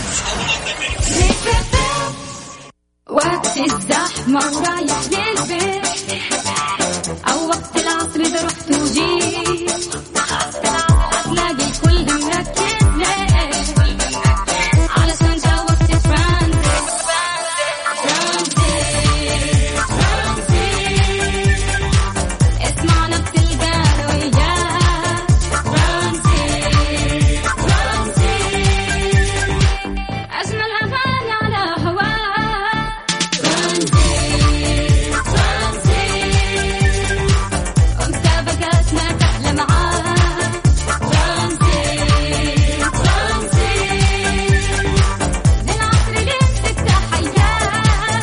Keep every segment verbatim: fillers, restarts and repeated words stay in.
وقت الزحمة ورايح للبيت أو وقت العصر إذا رحت وجيت هتلاقي الكل مركز ليه علشان جوك تترانزيت ترانزيت ترانزيت اسمعنا بتلقانا وياه ترانزيت ترانزيت أجمل أغاني على هواه ترانزيت ترانزيت ومسابقاتنا تحلى معاه ترانزيت ترانزيت للعصر ليلتك تحياه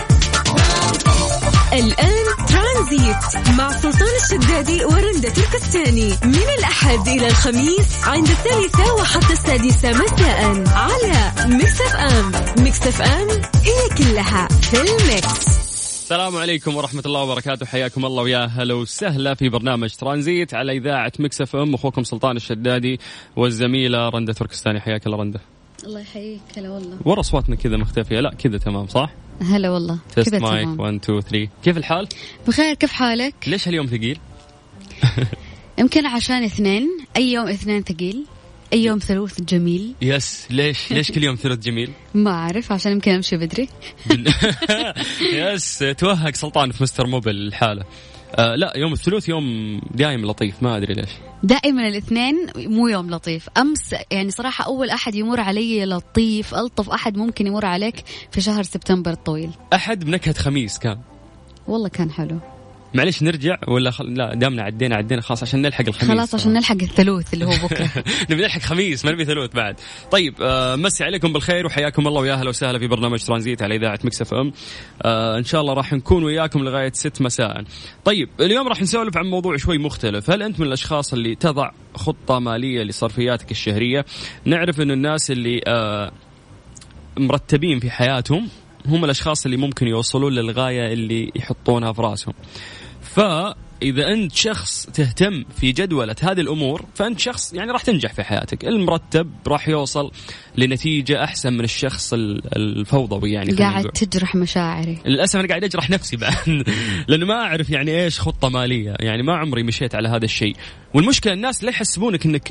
الآن ترانزيت مع سلطان الشدادي ورندة تركستاني من الأحد إلى الخميس عند الثالثة وحتى السادسة مساء على ميكس اف ام. ميكس اف ام هي كلها في الميكس. السلام عليكم ورحمة الله وبركاته، حياكم الله ويا هلا وسهلا في برنامج ترانزيت على إذاعة ميكس اف ام. أخوكم سلطان الشدادي والزميلة رندة تركستاني. حياك الله رندة. الله يحييك. هلا والله. ورا أصواتنا كذا مختفية. لا كذا تمام صح؟ هلا والله. تست كذا مايك تمام. واحد اثنين ثلاثة. كيف الحال؟ بخير. كيف حالك؟ ليش هاليوم ثقيل؟ يمكن عشان اثنين. أي يوم اثنين ثقيل، أي يوم ثلاث جميل. يس. ليش ليش كل يوم ثلاث جميل؟ ما أعرف، عشان يمكن أمشي بدري. يس. توهق سلطان في مستر موبل الحالة. آه لا يوم الثلاث يوم دائم لطيف، ما أدري ليش. دائما الاثنين مو يوم لطيف. أمس يعني صراحة أول أحد يمر علي لطيف، ألطف أحد ممكن يمر عليك في شهر سبتمبر الطويل. أحد بنكهة خميس كان. والله كان حلو. معليش نرجع ولا خل... لا دامنا عدينا عدينا خلاص عشان نلحق الخميس. خلاص عشان نلحق الثلوث اللي هو بكرة. نبي نلحق خميس ما نبي ثلوث بعد. طيب آه مسي عليكم بالخير وحياكم الله ويا اهلا وسهلا في برنامج ترانزيت على إذاعة ميكس اف ام. آه إن شاء الله راح نكون وياكم لغاية ست مساء. طيب اليوم راح نسولف عن موضوع شوي مختلف. هل أنت من الأشخاص اللي تضع خطة مالية لصرفياتك الشهرية؟ نعرف إنه الناس اللي آه مرتبين في حياتهم هم الأشخاص اللي ممكن يوصلون للغاية اللي يحطونها في راسهم. فإذا أنت شخص تهتم في جدولة هذه الأمور فأنت شخص يعني راح تنجح في حياتك. المرتب راح يوصل لنتيجة أحسن من الشخص الفوضوي. يعني قاعد تجرح مشاعري. للأسف أنا قاعد أجرح نفسي بعد لأنه ما أعرف يعني إيش خطة مالية. يعني ما عمري مشيت على هذا الشيء. والمشكلة الناس لا يحسبونك أنك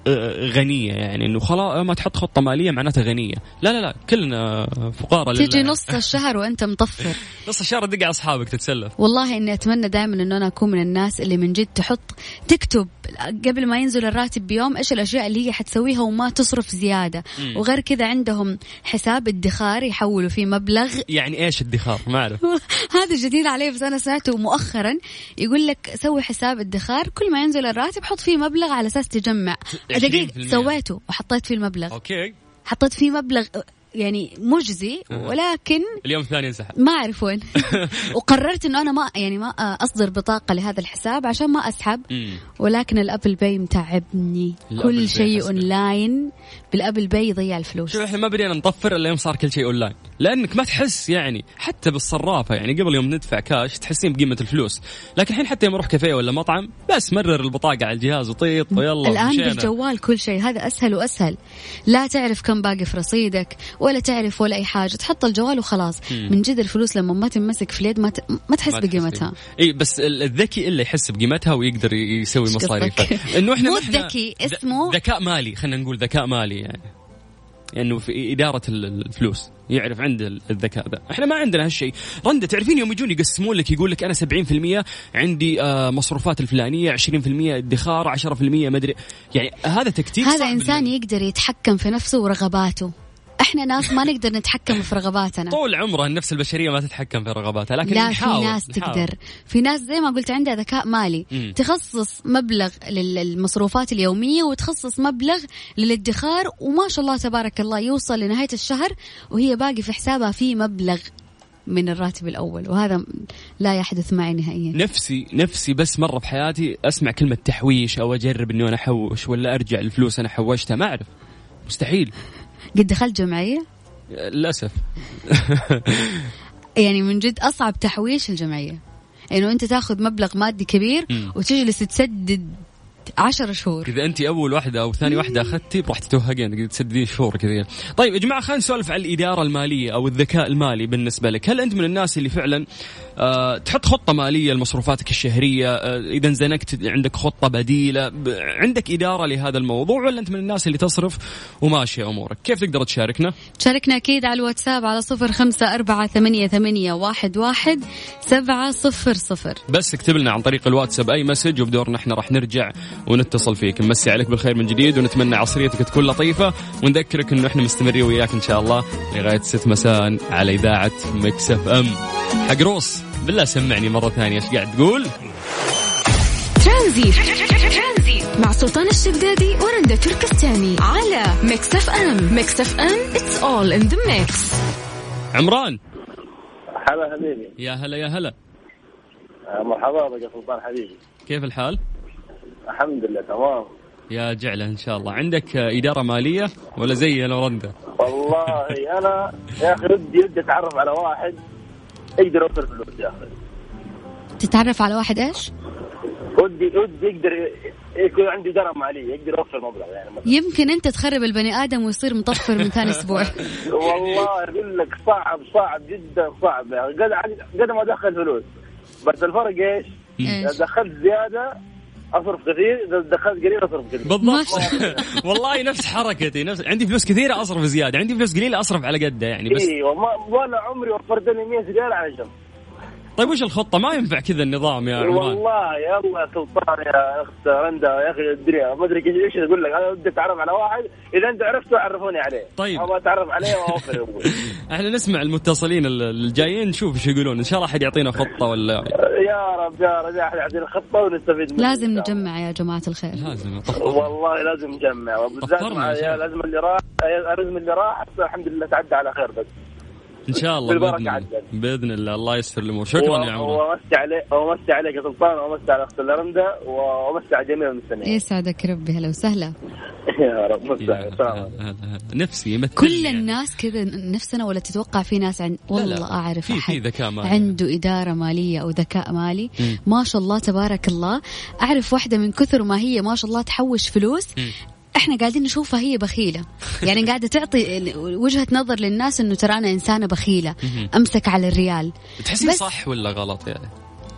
غنية، يعني إنه خلاص ما تحط خطة مالية معناتها غنية. لا لا لا كلنا فقراء. تيجي نص الشهر وأنت مطفر. نص الشهر تدق على أصحابك تتسلف. والله إني أتمنى دائما إنه أنا أكون من الناس اللي من جد تحط تكتب قبل ما ينزل الراتب بيوم إيش الأشياء اللي هي حتسويها وما تصرف زيادة. م. وغير كذا عندهم حساب ادخار يحولوا فيه مبلغ. يعني إيش ادخار؟ ما أعرف. هذا جديد عليه بس أنا سمعته مؤخرا. يقول لك سوي حساب ادخار كل ما ينزل الراتب حط فيه مبلغ على أساس تجمع. دقيقة سويته وحطيت فيه المبلغ. أوكي. حطيت فيه مبلغ يعني مجزي ولكن اليوم الثاني انسحب. ما أعرف وين. وقررت إنه أنا ما يعني ما أصدر بطاقة لهذا الحساب عشان ما أسحب. ولكن الأبل باي متعبني. كل شيء أونلاين بالأبل باي يضيع الفلوس. شو إحنا ما بدينا نطفر إلا يوم صار كل شيء أونلاين. لأنك ما تحس يعني حتى بالصرافة. يعني قبل يوم ندفع كاش تحسين بقيمة الفلوس. لكن الحين حتى يوم أروح كافيه ولا مطعم بس مرر البطاقة على الجهاز وطيط ويلا. الآن مشينا. بالجوال كل شيء. هذا أسهل وأسهل. لا تعرف كم باقي في رصيدك ولا تعرف ولا أي حاجة. تحط الجوال وخلاص. مم. من جد الفلوس لما ما تمسك في اليد ما ت... ما تحس ما بقيمتها. إيه بس الذكي إلا يحس بقيمتها ويقدر يسوي مصاريف. إنه إحنا مو ذكي اسمه ذكاء مالي. خلينا نقول ذكاء مالي يعني. يعني إنه في إدارة الفلوس يعرف عنده الذكاء ذا. إحنا ما عندنا هالشيء. رندة تعرفين يوم يجون يقسمون لك يقول لك أنا سبعين في المية عندي آه مصروفات الفلانية، عشرين في المية ادخار، عشرة في المية مدري. يعني هذا تكتيك. هذا إنسان يقدر يتحكم في نفسه ورغباته. احنا ناس ما نقدر نتحكم في رغباتنا. طول عمرها النفس البشرية ما تتحكم في رغباتها. لكن لا نحاول. في ناس نحاول. تقدر. في ناس زي ما قلت عندها ذكاء مالي. م. تخصص مبلغ للمصروفات اليومية وتخصص مبلغ للادخار وما شاء الله تبارك الله يوصل لنهاية الشهر وهي باقي في حسابها في مبلغ من الراتب الأول. وهذا لا يحدث معي نهائيا. نفسي نفسي بس مرة في حياتي أسمع كلمة تحويش أو أجرب إنه أنا أحوش ولا أرجع الفلوس أنا حوشتها. ما أعرف. مستحيل. قد دخلت جمعية؟ للأسف. يعني من جد أصعب تحويش الجمعية. إنه أنت تأخذ مبلغ مادي كبير م. وتجلس تسدد عشر شهور. إذا أنت أول واحدة أو ثاني واحدة أخذتي راح تتوهقين تقدر تسددين شهور كثير. طيب يا جماعة خلينا نسولف عن الإدارة المالية أو الذكاء المالي بالنسبة لك. هل أنت من الناس اللي فعلا آه تحط خطة مالية لمصروفاتك الشهرية؟ آه إذا انزنكت عندك خطة بديلة، عندك إدارة لهذا الموضوع، ولا أنت من الناس اللي تصرف وماشية أمورك؟ كيف تقدر تشاركنا؟ شاركنا أكيد على الواتساب على صفر خمسة أربعة ثمانية ثمانية واحد واحد سبعة صفر صفر. بس اكتب لنا عن طريق الواتساب أي مسج وبدورنا احنا راح نرجع ونتصل فيك. نمسي عليك بالخير من جديد ونتمنى عصريتك تكون لطيفة، ونذكرك انه احنا مستمرين وياك ان شاء الله لغاية ست مساء على إذاعة ميكس اف ام. حق روس بالله سمعني مرة ثانية ايش قاعد تقول. ترانزيت مع سلطان الشدادي ورندا تركستاني على ميكس اف ام. ميكس اف ام it's all in the mix. عمران هلا حبيبي. يا هلا يا هلا. مرحبا بك يا سلطان حبيبي. كيف الحال؟ الحمد لله تمام. يا جعله ان شاء الله. عندك إدارة مالية ولا زي انا ورندا؟ والله انا يا اخي ودي ودي اتعرف على واحد يقدر يوفر فلوس. يا اخي تتعرف على واحد ايش؟ ودي ودي يقدر يكون عنده إدارة مالية يقدر يوفر مبلغ يعني مثلا. يمكن انت تخرب البني ادم ويصير مطفر من ثاني اسبوع. والله اقول لك صعب صعب جدا صعب يعني. قد قد ما ادخل فلوس بس الفرق ايش؟ اذا دخلت زيادة أصرف كثير، إذا دخلت قليل أصرف قليل. بالضبط. والله نفس حركتي، نفس عندي فلوس كثيرة أصرف زيادة، عندي فلوس قليلة أصرف على قده يعني. بس إيه وما ولا عمري وفرت لي مية ريال على جنب. طيب وش الخطة؟ ما ينفع كذا النظام يا عمران. والله يا الله سلطان يا أخت رندا يا أخي الدنيا ما أدري إيش أقول لك. أنا بدي أتعرف على واحد إذا أنت عرفته عرفوني عليه. طيب أبغى أتعرف عليه وأوفر. احنا نسمع المتصلين الجايين نشوف ايش يقولون. إن شاء الله أحد يعطينا خطة ولا يا رب يا رب أحد يعطينا خطة ونستفيد منها. لازم نجمع يا جماعة الخير. لازم والله لازم نجمع وبالذات مع لازم اللي راح لازم اللي راح الحمد لله تعدى على خير. بس إن شاء الله بإذن الله. بإذن الله الله يسر الأمور. شكرا يا عمران. ومسي عليك ومسي عليك يا سلطان ومسي على أخت رندا ومسي على جميع المستمعين. يسعدك ربي. هلا وسهلا. يا رب مسي. نفسي يمثل كل الناس كذا نفسنا ولا تتوقع في ناس عن والله لا لا. أعرف في في ذكاء مالي عنده إدارة مالية أو ذكاء مالي م. ما شاء الله تبارك الله. أعرف واحدة من كثر ما هي ما شاء الله تحوش فلوس م. احنا قاعدين نشوفها هي بخيلة يعني قاعدة تعطي وجهة نظر للناس انه ترى انا انسانة بخيلة امسك على الريال. تحسين صح ولا غلط يعني؟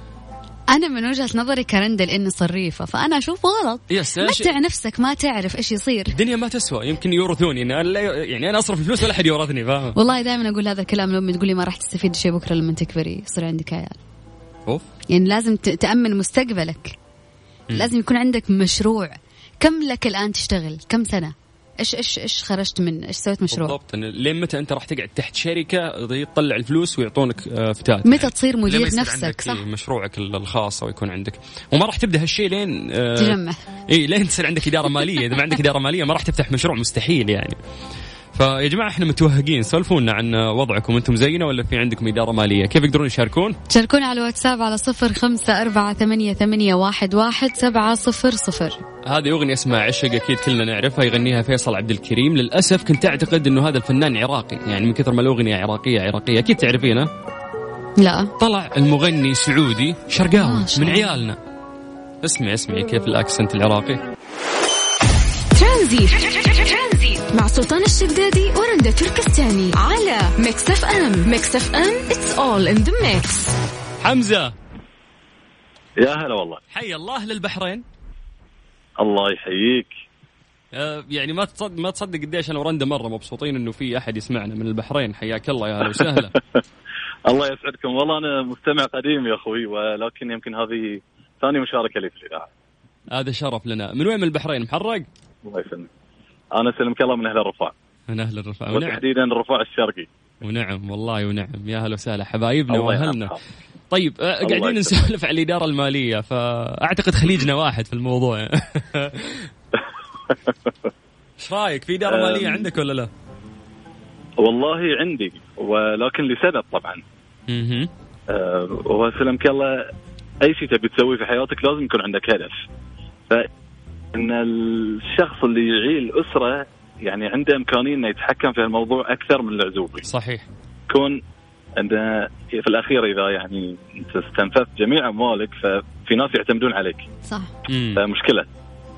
انا من وجهة نظري كرندل اني صريفة فانا اشوف غلط. متع نفسك ما تعرف ايش يصير. الدنيا ما تسوى يمكن يورثوني يعني انا اصرف الفلوس ولا حد يورثني فاهم. والله دائما اقول هذا الكلام لما تقولي ما راح تستفيد شيء بكرة لما تكبري يصير عندك عيال. اوف يعني لازم تأمن مستقبلك. م. لازم يكون عندك مشروع. كم لك الآن تشتغل؟ كم سنة؟ إيش إيش إيش خرجت من إيش سويت مشروع؟ بالضبط. لين متى أنت راح تقعد تحت شركة تطلع الفلوس ويعطونك فتات؟ متى يعني تصير مدير نفسك صح؟ مشروعك الخاص أو يكون عندك وما راح تبدأ هالشيء لين آه تجمع. إيه لين تصير عندك إدارة مالية. إذا ما عندك إدارة مالية ما راح تفتح مشروع مستحيل يعني. فيا جماعة احنا متوهقين. سولفونا عن وضعكم انتم زينا ولا في عندكم إدارة مالية؟ كيف يقدرون يشاركون؟ شاركونا على الواتساب على صفر خمسة أربعة ثمانية ثمانية واحد واحد سبعة صفر صفر. هذه أغنية اسمها عشق أكيد كلنا نعرفها يغنيها فيصل عبد الكريم. للأسف كنت أعتقد إنه هذا الفنان عراقي يعني من كثر ما الأغنية عراقية عراقية أكيد تعرفينه. لا طلع المغني سعودي شرقاوي من عيالنا. اسمعي اسمعي كيف الأكسنت العراقي. ترانزيت مع سلطان الشدادي ورندا تركستاني على ميكس اف ام. ميكس اف ام it's all in the mix. حمزة يا هلا والله. حي الله أهل البحرين. الله يحييك. آه يعني ما تصدق ما تصدق قديش أنا ورندا مرة مبسوطين إنه في أحد يسمعنا من البحرين. حياك الله يا هلا وسهلا. الله يسعدكم. والله أنا مستمع قديم يا أخوي ولكن يمكن هذه ثاني مشاركة لي في الإذاعة. هذا شرف لنا. من وين من البحرين محرق؟ الله يسلمك. أنا سلمك الله من أهل الرفاع. من أهل الرفاع وتحديدا الرفاع الشرقي. ونعم والله ونعم. يا هلا وسهلا حبايبنا وأهلنا. طيب قاعدين نسولف على الإدارة المالية فأعتقد خليجنا واحد في الموضوع. إيش رأيك في إدارة مالية عندك ولا لا؟ والله عندي ولكن لسبب طبعا. اها. أه وسلمك الله أي شيء تبي تسويه في حياتك لازم يكون عندك هدف. فإن الشخص اللي يعيل أسرة يعني عنده إمكانية إنه يتحكم في الموضوع أكثر من العزوبي. صحيح. كون أن في الأخير إذا يعني أنت استنفذت جميع أموالك ففي ناس يعتمدون عليك. صح. فمشكلة.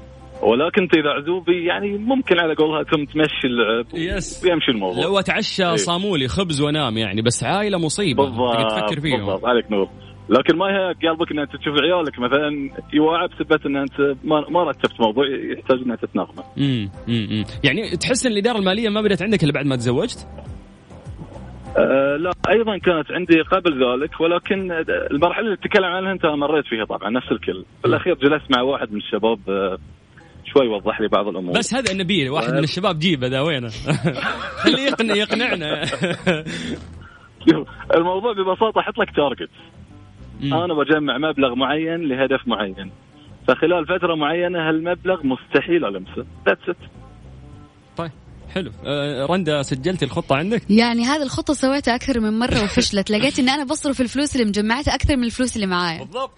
ولكن انت اذا عزوبي يعني ممكن على قولها تم تمشي اللعب يس. ويمشي الموضوع. لو اتعشى إيه. صامولي خبز وانام يعني، بس عائله مصيبه تقعد تفكر فيهم. بالضبط عليك نور. لكن ما هي قلبك ان انت تشوف عيالك مثلا يوعى بسبب ان انت ما ما رتبت موضوع يحتاج ان انت تتناقمه. امم امم يعني تحس ان الاداره الماليه ما بدات عندك الا بعد ما تزوجت؟ أه لا ايضا كانت عندي قبل ذلك، ولكن المرحله اللي تتكلم عنها انت مريت فيها طبعا نفس الكل. في الاخير جلست مع واحد من الشباب أه شوي وضح لي بعض الامور. بس هذا النبيل واحد من الشباب جيبه ذا وينه خليه يقنع يقنعنا. الموضوع ببساطه احط لك تارجت، انا بجمع مبلغ معين لهدف معين، فخلال فتره معينه هالمبلغ مستحيل المسه. ذاتس ات. طيب حلو. آه رندا سجلتي الخطه عندك؟ يعني هذه الخطة سويتها أكثر من مرة وفشلت. لقيت إن أنا بصرف الفلوس اللي مجمعتها أكثر من الفلوس اللي معايا. بالضبط.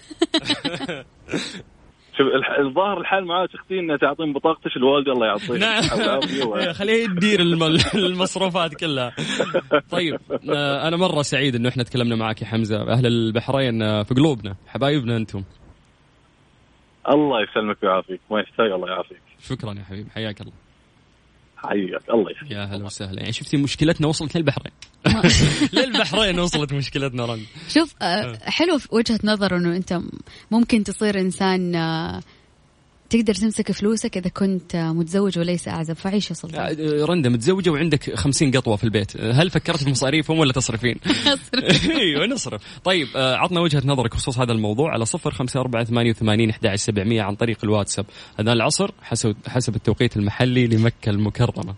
شوف الظاهر الحال معاه اختي انها تعطين بطاقتش الوالد الله يعطيه. نعم خليه يدير المصروفات كلها. طيب آه انا مره سعيد انه احنا تكلمنا معك يا حمزه. اهل البحرين آه في قلوبنا، حبايبنا انتم. الله يسلمك ويعافيك، ما يحتاج. الله يعافيك. شكرا يا حبيبي، حياك الله. حياك الله يحييك. يا هلا وسهلا. يعني شفتي مشكلتنا وصلت للبحرين. للبحرين وصلت مشكلتنا رند. شوف آه حلو في وجهة نظر انه انت ممكن تصير انسان آه تقدر تمسك فلوسك اذا كنت آه متزوج وليس اعزب، فعيش يا سلطان. رندا متزوجه وعندك خمسين قطوه في البيت، هل فكرت في مصاريفهم ولا تصرفين؟ ايوه نصرف. طيب آه عطنا وجهة نظرك بخصوص هذا الموضوع على صفر خمسة أربعة ثمانية وثمانين أحد عشر سبعمية عن طريق الواتساب. أذان العصر حسب حسب التوقيت المحلي لمكة المكرمة.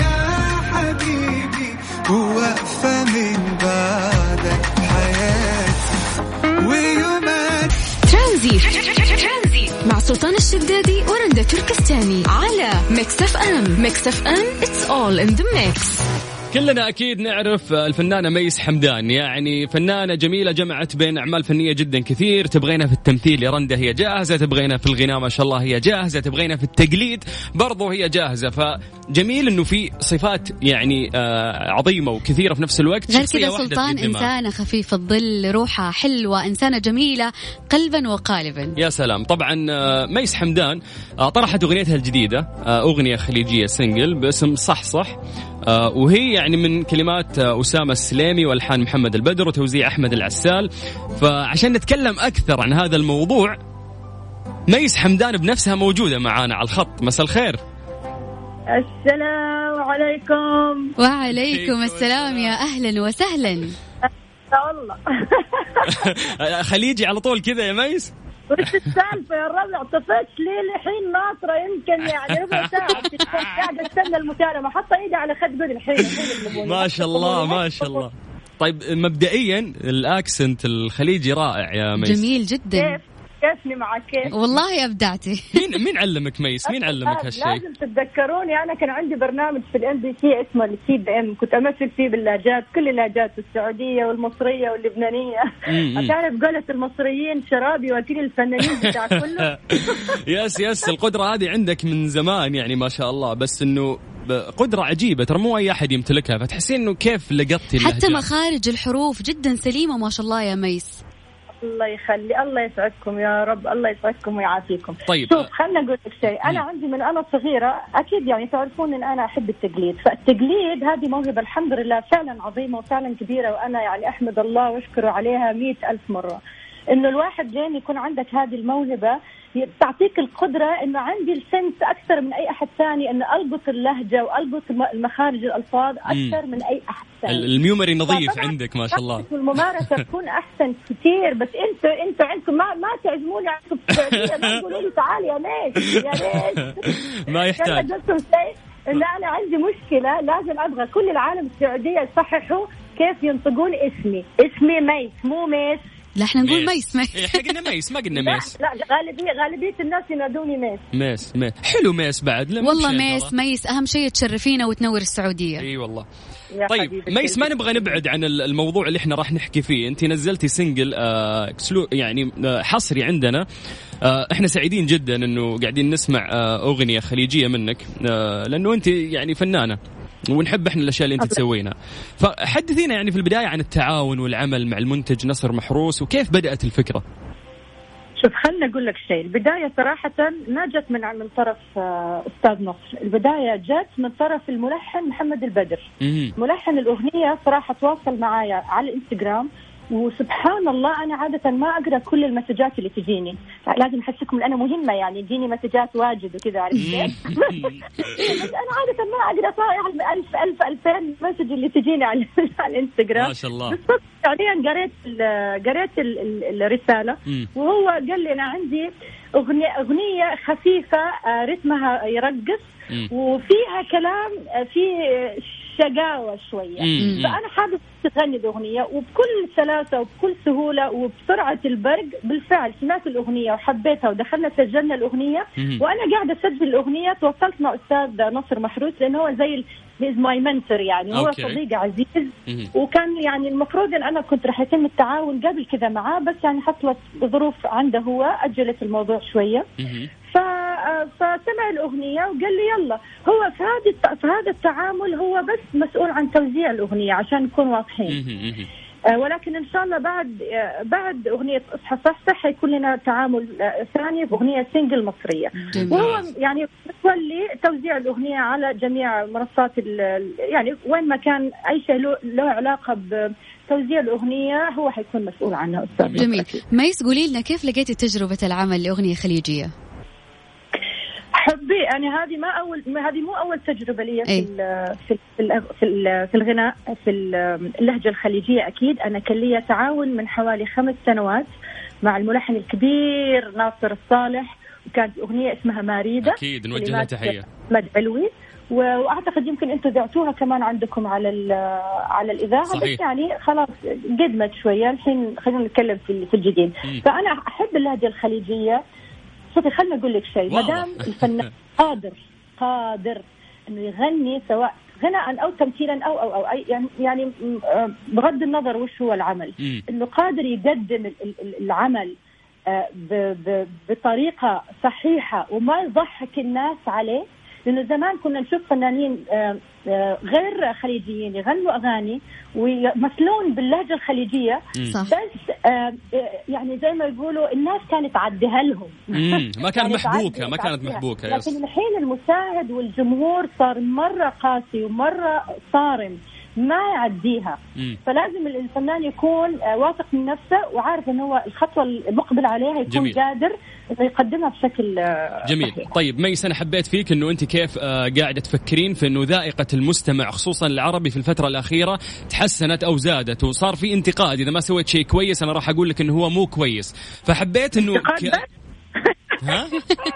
ووقفة من بعدك حياتي ويومات. ترانزيت مع سلطان الشدادي ورندا تركستاني على ميكس اف ام. ميكس اف ام it's all in the mix. كلنا أكيد نعرف الفنانة ميس حمدان، يعني فنانة جميلة جمعت بين أعمال فنية جدا كثير. تبغينا في التمثيل يا رندا هي جاهزة، تبغينا في الغناء ما شاء الله هي جاهزة، تبغينا في التقليد برضو هي جاهزة. فجميل إنه في صفات يعني آه عظيمة وكثيرة في نفس الوقت. غير كذا سلطان إنسانة خفيفة الظل، روحها حلوة، إنسانة جميلة قلبا وقالبا. يا سلام. طبعا آه ميس حمدان آه طرحت أغنيتها الجديدة، آه أغنية خليجية سنجل باسم صح صح، آه وهي يعني من كلمات آه أسامة السليمي والحان محمد البدر وتوزيع أحمد العسال. فعشان نتكلم أكثر عن هذا الموضوع ميس حمدان بنفسها موجودة معانا على الخط. مساء الخير. السلام عليكم. وعليكم السلام، يا أهلا وسهلا. والله خليجي على طول كذا يا ميس. وش السالفة يا الربع؟ طفيت لي الحين ناطرة يمكن يعني ربع ساعة قاعدة استنى المكالمة، حاطة ايدي على خد قولي الحين. ما شاء الله ما شاء الله. طيب مبدئيا الاكسنت الخليجي رائع يا ميس. جميل جدا. كيف كيفني معك كيف؟ والله أبدعتي. مين مين علمك ميس؟ مين علمك هالشيء؟ لازم تتذكروني، أنا كان عندي برنامج في الام بي سي اسمه السي بي ام، كنت أمثل فيه باللهجات، كل اللهجات، السعودية والمصرية واللبنانية. أتعرف قولة المصريين شرابي وكل الفنانين بتاع كله. يس يس القدرة هذه عندك من زمان يعني ما شاء الله، بس إنه قدرة عجيبة ترى مو أي أحد يمتلكها. فتحسين إنه كيف لقطتي اللهجات؟ حتى مخارج الحروف جدا سليمة ما شاء الله يا ميس. الله يخلي، الله يسعدكم يا رب، الله يسعدكم ويعافيكم. طيب شوف خلنا نقول لك شيء، أنا عندي من أنا صغيرة أكيد يعني تعرفون إن أنا أحب التقليد، فالتقليد هذه موهبة الحمد لله فعلا عظيمة وفعلا كبيرة، وأنا يعني أحمد الله وأشكره عليها مئة ألف مرة. إنه الواحد جاي يكون عندك هذه الموهبة تعطيك القدرة إنه عندي السنس أكثر من أي أحد ثاني، إنه ألقط اللهجة وألقط المخارج الألفاظ أكثر من أي أحد ثاني. الميموري نظيف عندك ما شاء الله. الممارسة تكون أحسن كثير. بس أنت أنت عندكم ما ما تعزموني عنكم في السعودية، ما تقولوا لي تعال يا ميس يا ريت. ما يحتاج. إن أنا عندي مشكلة لازم أبغى كل العالم السعودية يصححوا كيف ينطقون اسمي. اسمي ميس مو ميس. لا احنا نقول ميس ميس. احنا قلنا ميس ما قلنا ميس. لا غالبية غالبية الناس ينادوني ميس. ميس ميس حلو ميس بعد. والله ميس ميس أهم شيء تشرفينا وتنور السعودية. اي والله. طيب ميس ما نبغى نبعد عن الموضوع اللي احنا راح نحكي فيه. انت نزلتي سنجل آه يعني آه حصري عندنا. آه احنا سعيدين جدا انه قاعدين نسمع آه اغنية خليجية منك، آه لانه انت يعني فنانة ونحب احنا الاشياء اللي انت تسوينها. فحدثينا يعني في البدايه عن التعاون والعمل مع المنتج نصر محروس، وكيف بدات الفكره؟ شوف خلنا أقول لك شيء. البداية صراحة ما جت من من طرف آه، أستاذ نصر، البداية جت من طرف الملحن محمد البدر. ملحن الأغنية صراحة تواصل معايا على الإنستغرام، وسبحان الله أنا عادة ما أقرأ كل المسجات اللي تجيني، لازم أحسكم إن أنا مهمة يعني يجيني مسجات واجد وكذا عارف كيف. بس أنا عادة ما أقرأ صراحة ألف ألف ألفين مسج اللي تجيني على على الإنستغرام. ما شاء الله. بالصدق فعليا قريت ال قريت ال ال الرسالة، وهو قال لي أنا عندي أغنية أغنية خفيفة آه، رتمها يرقص وفيها كلام آه، فيه شقاوة شوية، فأنا حابب تغني الأغنية وبكل سلاسة وبكل سهولة وبسرعة البرق. بالفعل سمعت الأغنية وحبيتها ودخلنا سجلنا الأغنية، وأنا قاعدة أسجل الأغنية تواصلت مع أستاذ نصر محروس لأنه هو زي هيز ماي منتور يعني، هو أوكي. صديق عزيز، وكان يعني المفروض أن أنا كنت رح يتم التعاون قبل كذا معاه، بس يعني حصلت ظروف عنده هو أجلت الموضوع شوية. ف... فسمع الأغنية وقال لي يلا. هو في هذا في هذا التعامل هو بس مسؤول عن توزيع الأغنية عشان نكون واضحين. آه ولكن إن شاء الله بعد آه بعد أغنية اصحى صحصح حيكون لنا تعامل آه ثاني بأغنية سينجل مصرية، وهو يعني متولي توزيع الأغنية على جميع منصات يعني وين ما كان أي شيء له, له علاقة بتوزيع الأغنية هو حيكون مسؤول عنها. أستاذ جميل. ميس قولي لنا كيف لقيتي تجربة العمل لأغنية خليجية؟ حبي يعني هذه ما أول هذه مو أول تجربة لي في في في في الغناء في اللهجة الخليجية. أكيد أنا كان لي تعاون من حوالي خمس سنوات مع الملحن الكبير ناصر الصالح، وكانت أغنية اسمها ماريدة. أكيد نوجه لها تحية. مد علوي، وأعتقد يمكن أنتم ذعتوها كمان عندكم على على الإذاعة. صحيح. بس يعني خلاص قدمت شوية، الحين خلينا نتكلم في في الجديد. فأنا أحب اللهجة الخليجية. شوفي خلنا أقول لك شيء، مدام الفنان قادر قادر إنه يغني سواء غناء أو تمثيلا أو أو أو أي يعني يعني بغض النظر وش هو العمل، إنه قادر يقدم العمل بطريقة صحيحة وما يضحك الناس عليه. لأنه زمان كنا نشوف فنانين غير خليجيين يغنوا أغاني ويمثلون باللهجة الخليجية، بس يعني زي ما يقولوا الناس كانت تعديها لهم. ما كان محبوكة ما كانت محبوكة. لكن الحين المشاهد والجمهور صار مرة قاسي ومرة صارم ما يعديها. مم. فلازم الفنان يكون واثق من نفسه وعارف انه هو الخطوه المقبل عليها يكون جميل. قادر انه يقدمها بشكل جميل. صحيح. طيب ميس انا حبيت فيك انه انت كيف قاعده تفكرين في انه ذائقه المستمع خصوصا العربي في الفتره الاخيره تحسنت او زادت، وصار في انتقاد اذا ما سويت شيء كويس انا راح اقول لك انه هو مو كويس. فحبيت انه ك... ها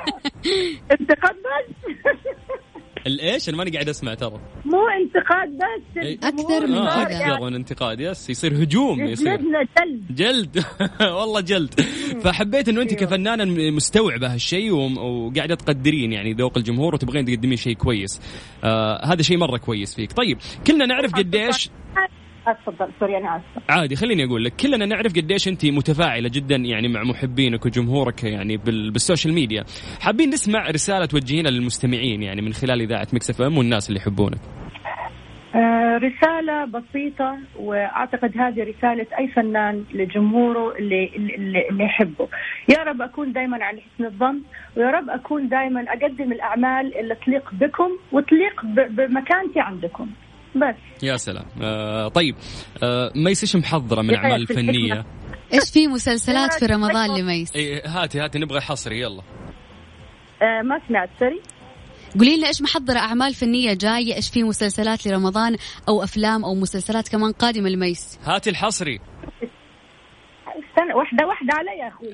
انتقاد بس الايش؟ انا ماني قاعد اسمع ترى. مو انتقاد بس اكثر من آه اكثر من انتقاد. يس يصير هجوم، يصير جلد جلد والله جلد. فحبيت انه انت كفنانه مستوعبه هالشيء وقاعده تقدرين يعني ذوق الجمهور وتبغين تقدمين شيء كويس. آه هذا شيء مره كويس فيك. طيب كلنا نعرف قديش اتفضل سوري انا اسفه. عادي خليني اقول لك، كلنا نعرف قديش انت متفاعله جدا يعني مع محبينك وجمهورك يعني بالسوشيال ميديا. حابين نسمع رساله توجهينها للمستمعين يعني من خلال اذاعه ميكس اف ام والناس اللي يحبونك. آه رساله بسيطه، واعتقد هذه رساله اي فنان لجمهوره اللي اللي, اللي يحبه. يا رب اكون دائما على حسن الظن، ويا رب اكون دائما اقدم الاعمال اللي تليق بكم وتليق بمكانتي عندكم. بس يا سلام. آه طيب آه ميس ايش محضرة من أعمال فنية؟ ايش في مسلسلات في رمضان لميس؟ إيه هاتي هاتي نبغى حصري يلا. آه ما سمعت سوري. قولي لنا ايش محضرة أعمال فنية جاية، ايش في مسلسلات لرمضان أو أفلام أو مسلسلات كمان قادمة لميس؟ هاتي الحصري. استنى واحدة واحدة علي يا أخوي.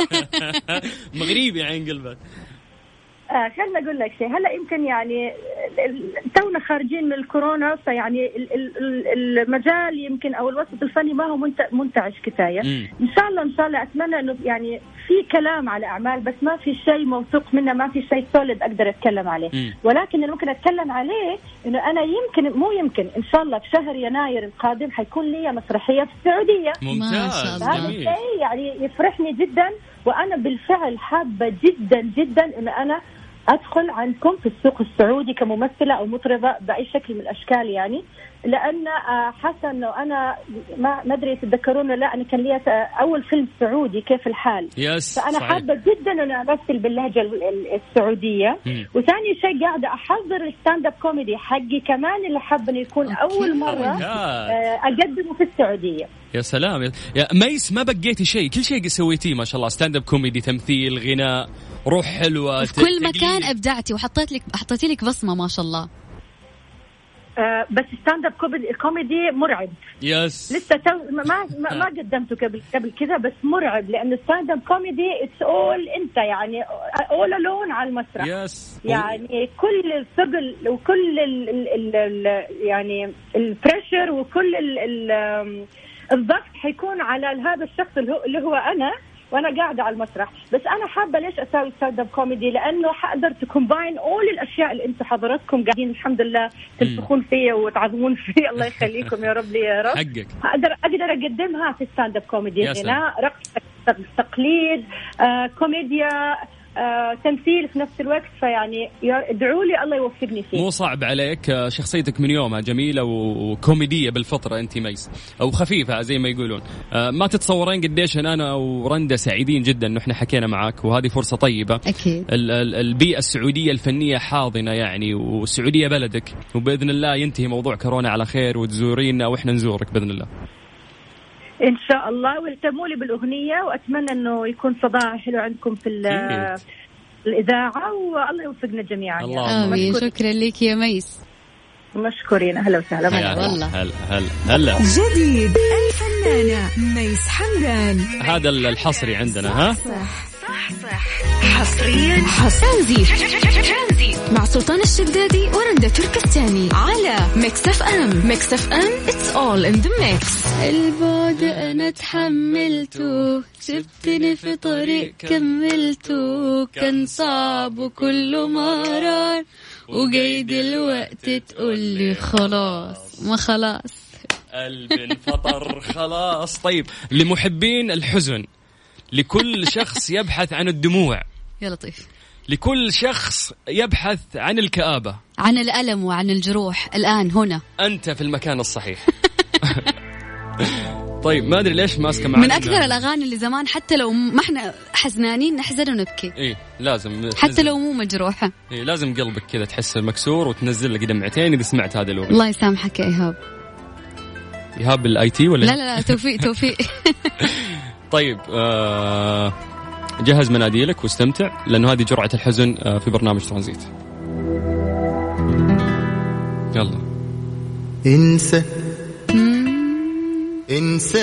مغربي عين قلبك. آه خلنا أقول لك شيء. هلا يمكن يعني تونا خارجين من الكورونا، فيعني المجال يمكن أو الوسط الفني ما هو منتعش كفاية. إن شاء الله إن شاء الله أتمنى إنه يعني في كلام على أعمال، بس ما في شيء موثوق منه، ما في شيء سوليد أقدر أتكلم عليه. مم. ولكن اللي ممكن أتكلم عليه إنه أنا يمكن مو يمكن إن شاء الله في شهر يناير القادم حيكون لي مسرحية في السعودية. ممتاز. هذا الشيء يعني يفرحني جدا، وأنا بالفعل حابة جدا جدا إنه أنا أدخل عندكم في السوق السعودي كممثلة أو مطربة بأي شكل من الأشكال يعني. لأن آه، حاسة إنه أنا ما ما أدري تتذكرون لا، أنا كان لي أول فيلم سعودي كيف الحال، يس فأنا صحيح. حابة جدا أن أمثل باللهجة ال- ال- السعودية. مم. وثاني شيء قاعدة أحضر الستاند اب كوميدي حقي كمان اللي حابة إنه يكون أول مرة Oh my God. آه، أقدمه في السعودية. يا سلام يا- يا ميس، ما بقيتي شيء، كل شيء سويتيه ما شاء الله، ستاند اب كوميدي، تمثيل، غناء، روح حلوة، في كل تقليد. مكان ابدعتي وحطيت لك حطيتي لك بصمه ما شاء الله. آه، بس ستاند اب كوميدي كوميدي مرعب يس لسه تو ما ما, ما قدمته قبل قبل كذا، بس مرعب لأنه ستاند اب كوميدي اتس اول انت يعني اول الون على المسرح. يس يعني كل الثقل وكل ال ال ال ال يعني البريشر وكل ال ال الضغط حيكون على هذا الشخص اللي هو, اللي هو أنا وأنا قاعدة على المسرح. بس أنا حابة ليش أسوي ستاند اب كوميدي، لأنه حقدر تكومباين أول الأشياء اللي أنتم حضراتكم قاعدين الحمد لله تنفخون فيا وتعظمون فيا الله يخليكم يا رب لي يا رب. حقك. أقدر أقدر أقدمها في ستاند اب كوميدي، يا سلام. غناء، رقص، تقليد، آه، كوميديا، آه، تمثيل في نفس الوقت. فيعني يا- ادعوا لي الله يوفقني فيه. مو صعب عليك، آه، شخصيتك من يومها جميلة وكوميدية بالفطرة أنت ميس، أو خفيفة زي ما يقولون. آه، ما تتصورين قديش إن أنا ورندا سعيدين جدا إنه إحنا حكينا معاك، وهذه فرصة طيبة. أكيد. ال- ال- البيئة السعودية الفنية حاضنة يعني، والسعودية بلدك، وبإذن الله ينتهي موضوع كورونا على خير وتزورينا وإحنا نزورك بإذن الله. إن شاء الله، والتموا لي بالأغنية، وأتمنى إنه يكون صداع حلو عندكم في ال- أكيد. الإذاعة، والله يوفقنا جميعا. الله. يعني. آمين. مشكور- شكرا لك يا ميس. مشكورين. أهلا وسهلا. هلا والله. هلا هلا هلا. جديد الفنانة ميس حمدان. هذا الحصري عندنا، ها حصريا حصريا مع سلطان الشدادي ورندا تركستاني على ميكس اف ام. ميكس اف ام it's all in the mix. البعد أنا تحملته، سبتني في طريق كملته، كان صعب وكله مرار، وجاي دلوقتي تقولي خلاص. ما خلاص. قلبي انفطر خلاص. طيب، لمحبين الحزن، لكل شخص يبحث عن الدموع، يا لطيف. لكل شخص يبحث عن الكآبة، عن الألم وعن الجروح، الآن هنا أنت في المكان الصحيح. طيب، ما أدري ليش ماسكة معنا من أكثر الأغاني اللي زمان حتى لو ما احنا حزنانين نحزن ونبكي، إيه لازم حتى تنزل. لو مو مجروحة. إيه لازم قلبك كذا تحس مكسور وتنزل لك دمعتين إذا سمعت هذه الأغنية. الله يسامحك يا إيهاب. إيهاب الآي تي ولا؟ لا لا لا، توفيق توفيق. طيب، آه جهز مناديلك واستمتع، لأنه هذه جرعة الحزن آه في برنامج ترانزيت. يلا. انسى انساني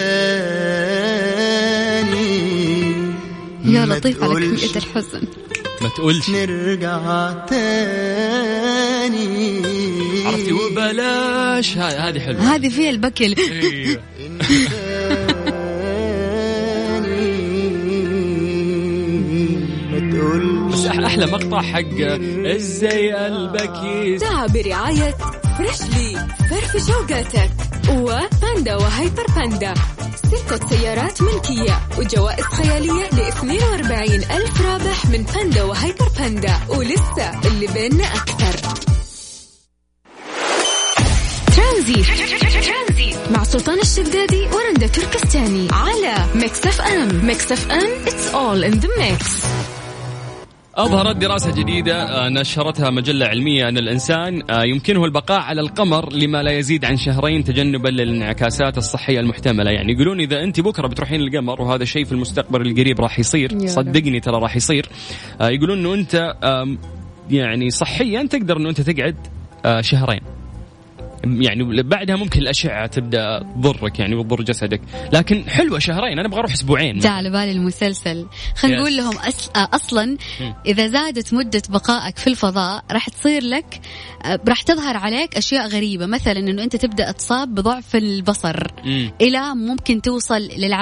يا ما لطيف على تقولش كمية الحزن. ما تقولش نرجع تاني. عرفتي، وبلاش ها- هذه حلوة. هذه فيها البكل. إيه. ما تقولش بس أح- أحلى مقطع حق إزاي قلبك يز- ساعة برعاية فريشلي فرف شوقاتك، وباندا وهيبر باندا، ستة سيارات ملكية وجوائز خيالية ل اثنين وأربعين ألف رابح من باندا وهيبر باندا، ولسه اللي بيننا أكثر. ترانزيت مع سلطان الشدادي ورندا تركستاني على ميكس اف ام. ميكس اف ام it's all in the mix. أظهرت دراسة جديدة آه، نشرتها مجلة علمية أن الإنسان آه، يمكنه البقاء على القمر لما لا يزيد عن شهرين تجنبا للانعكاسات الصحية المحتملة. يعني يقولون إذا أنت بكرة بتروحين القمر، وهذا الشيء في المستقبل القريب راح يصير، يا صدقني ترى راح يصير. آه، يقولون أنه أنت آم، يعني صحيا تقدر أنه أنت تقعد آه، شهرين، يعني بعدها ممكن الأشعة تبدأ تضرك يعني وتضر جسدك، لكن حلوة شهرين. أنا أبغى أروح أسبوعين. جاء على بالي المسلسل. خلينا Yes. نقول لهم أس... أصلا إذا زادت مدة بقائك في الفضاء راح تصير لك آه، راح تظهر عليك أشياء غريبة، مثلا إنه أنت تبدأ تصاب بضعف البصر مم. إلى ممكن توصل للعمى.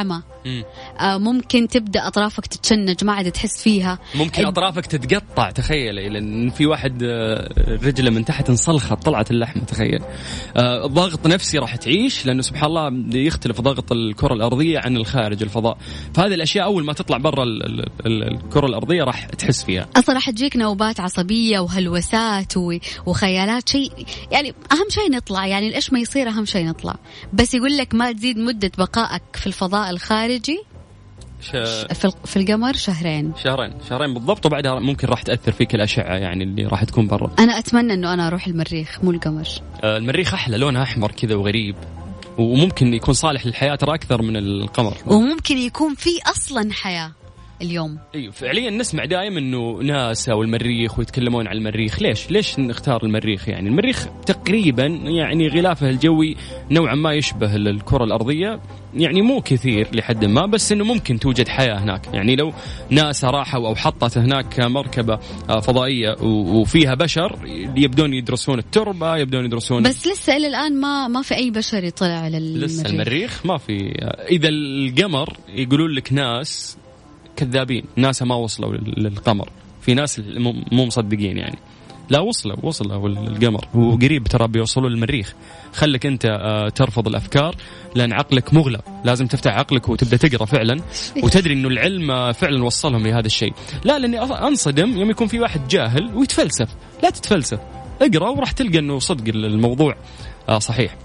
آه ممكن تبدأ أطرافك تتشنج ما عاد تحس فيها، ممكن أطرافك تتقطع. تخيل لأن في واحد رجله من تحت انصلخت طلعت اللحمة. تخيل آه ضغط نفسي راح تعيش، لأنه سبحان الله يختلف ضغط الكرة الأرضية عن الخارج الفضاء. فهذه الأشياء أول ما تطلع برا الكرة الأرضية راح تحس فيها. أصلا راح تجيك نوبات عصبية وهلوسات وخيالات. شيء يعني أهم شيء نطلع، يعني إيش ما يصير أهم شيء نطلع. بس يقول لك ما تزيد مدة بقائك في الفضاء الخارجي ش... في في القمر شهرين شهرين شهرين بالضبط، وبعدها ممكن راح تأثر فيك الأشعة يعني اللي راح تكون برا. أنا أتمنى إنه أنا أروح المريخ مو القمر. آه المريخ أحلى، لونها أحمر كذا وغريب، وممكن يكون صالح للحياة ترى أكثر من القمر، وممكن يكون في أصلا حياة اليوم. ايوه فعليا نسمع دائما انه ناسا والمريخ ويتكلمون عن المريخ. ليش ليش نختار المريخ؟ يعني المريخ تقريبا يعني غلافه الجوي نوعا ما يشبه الكرة الأرضية، يعني مو كثير لحد ما، بس انه ممكن توجد حياة هناك. يعني لو ناسا راحوا او حطت هناك مركبة فضائية وفيها بشر يبدون يدرسون التربة، يبدون يدرسون. بس لسه الى الان ما ما في اي بشر يطلع على المريخ. لسه المريخ ما في. اذا القمر يقولون لك ناس كذابين، ناسا ما وصلوا للقمر، في ناس مو مصدقين يعني. لا وصلوا وصلوا القمر، وقريب ترى بيوصلوا للمريخ. خلك انت ترفض الافكار لان عقلك مغلق، لازم تفتح عقلك وتبدا تقرا فعلا وتدري انه العلم فعلا وصلهم لهذا الشيء. لا لاني انصدم يوم يكون في واحد جاهل ويتفلسف. لا تتفلسف، اقرا وراح تلقى انه صدق الموضوع صحيح.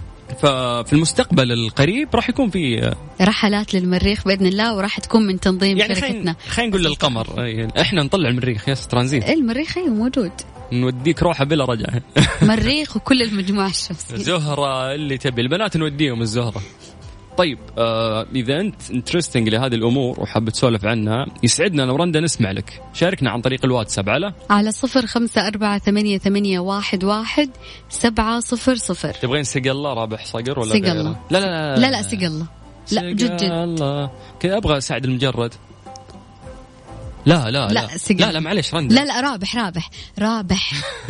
ففي المستقبل القريب راح يكون في رحلات للمريخ بإذن الله، وراح تكون من تنظيم يعني شركتنا. خلينا نقول للقمر، احنا نطلع المريخ يا ترانزيت. المريخ ايوه موجود، نوديك روحه بلا رجعه. مريخ وكل المجموعة الشمسية. زهرة اللي تبي، البنات نوديهم الزهرة. طيب آه إذا أنت انترستنج لهذه الأمور وحاب تسولف عنها، يسعدنا لو رندا نسمع لك. شاركنا عن طريق الواتساب على على صفر خمسة أربعة ثمانية ثمانية واحد واحد سبعة صفر صفر. تبغين سقلة رابح صقر ولا سقلة؟ لا لا لا لا لا سقلة. لا جد جد كذا أبغى سعد المجرد. لا لا لا لا لا, لا معلش رندا. لا لا رابح رابح رابح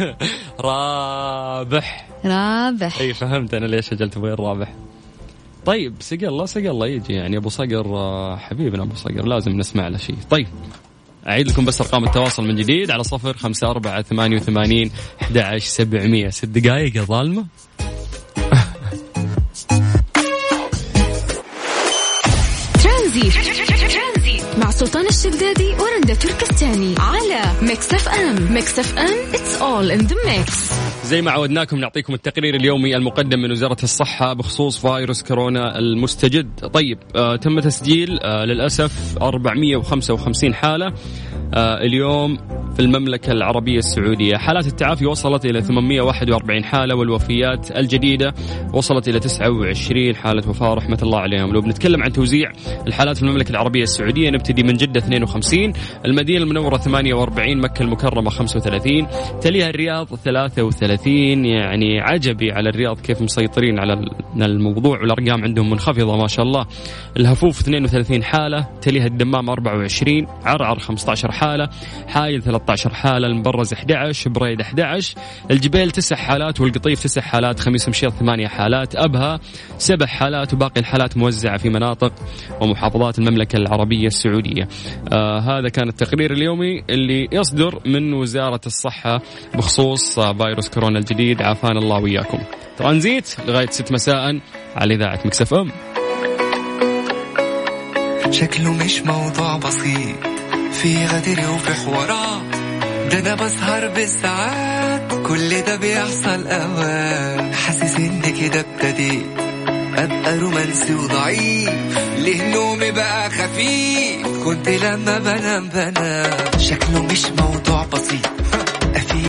رابح رابح. أي فهمت أنا ليش أجل تبغين رابح. طيب سقى الله سقى الله يجي يعني أبو صقر حبيبنا أبو صقر لازم نسمع له شيء. طيب أعيد لكم بس أرقام التواصل من جديد على صفر خمسة أربعة ثمانية وثمانين أحد عشر سبعمية. ست دقايق ظالمة. ترانزيت مع سلطان الشدادي ورندا تركستاني على ميكس اف ام. ميكس اف ام it's all in the mix. زي ما عودناكم نعطيكم التقرير اليومي المقدم من وزارة الصحة بخصوص فيروس كورونا المستجد. طيب آه تم تسجيل آه للأسف أربعمية وخمسة وخمسين حالة آه اليوم في المملكة العربية السعودية. حالات التعافي وصلت إلى ثمانمية وواحد وأربعين حالة، والوفيات الجديدة وصلت إلى تسعة وعشرين حالة وفاة رحمة الله عليهم. لو بنتكلم عن توزيع الحالات في المملكة العربية السعودية نبتدي من جدة اثنين وخمسين، المدينة المنورة ثمانية وأربعين، مكة المكرمة خمسة وثلاثين، تليها الرياض ثلاثة وثلاثين. يعني عجبي على الرياض كيف مسيطرين على الموضوع والأرقام عندهم منخفضة ما شاء الله. الهفوف اثنين وثلاثين حالة، تليها الدمام أربعة وعشرين، عرعر خمسة عشر حالة، حايل ثلاثة عشر حالة، المبرز أحد عشر، بريد أحد عشر، الجبيل تسع حالات، والقطيف تسع حالات، خميس مشيط ثمانية حالات، أبها سبع حالات، وباقي الحالات موزعة في مناطق ومحافظات المملكة العربية السعودية. آه هذا كان التقرير اليومي اللي يصدر من وزارة الصحة بخصوص آه فيروس كورونا الجديد. عافانا الله وياكم. ترانزيت لغاية ست مساء على إذاعة ميكس اف ام. شكله مش موضوع بسيط، في غدر وفي حوارات، ده انا بسهر بالساعات، كل ده بيحصل اوقات، حاسس ان كده ابتديت ابقى رومانسي وضعيف، ليه نومي بقى خفيف، كنت لما بنام بنام. شكله مش موضوع بسيط،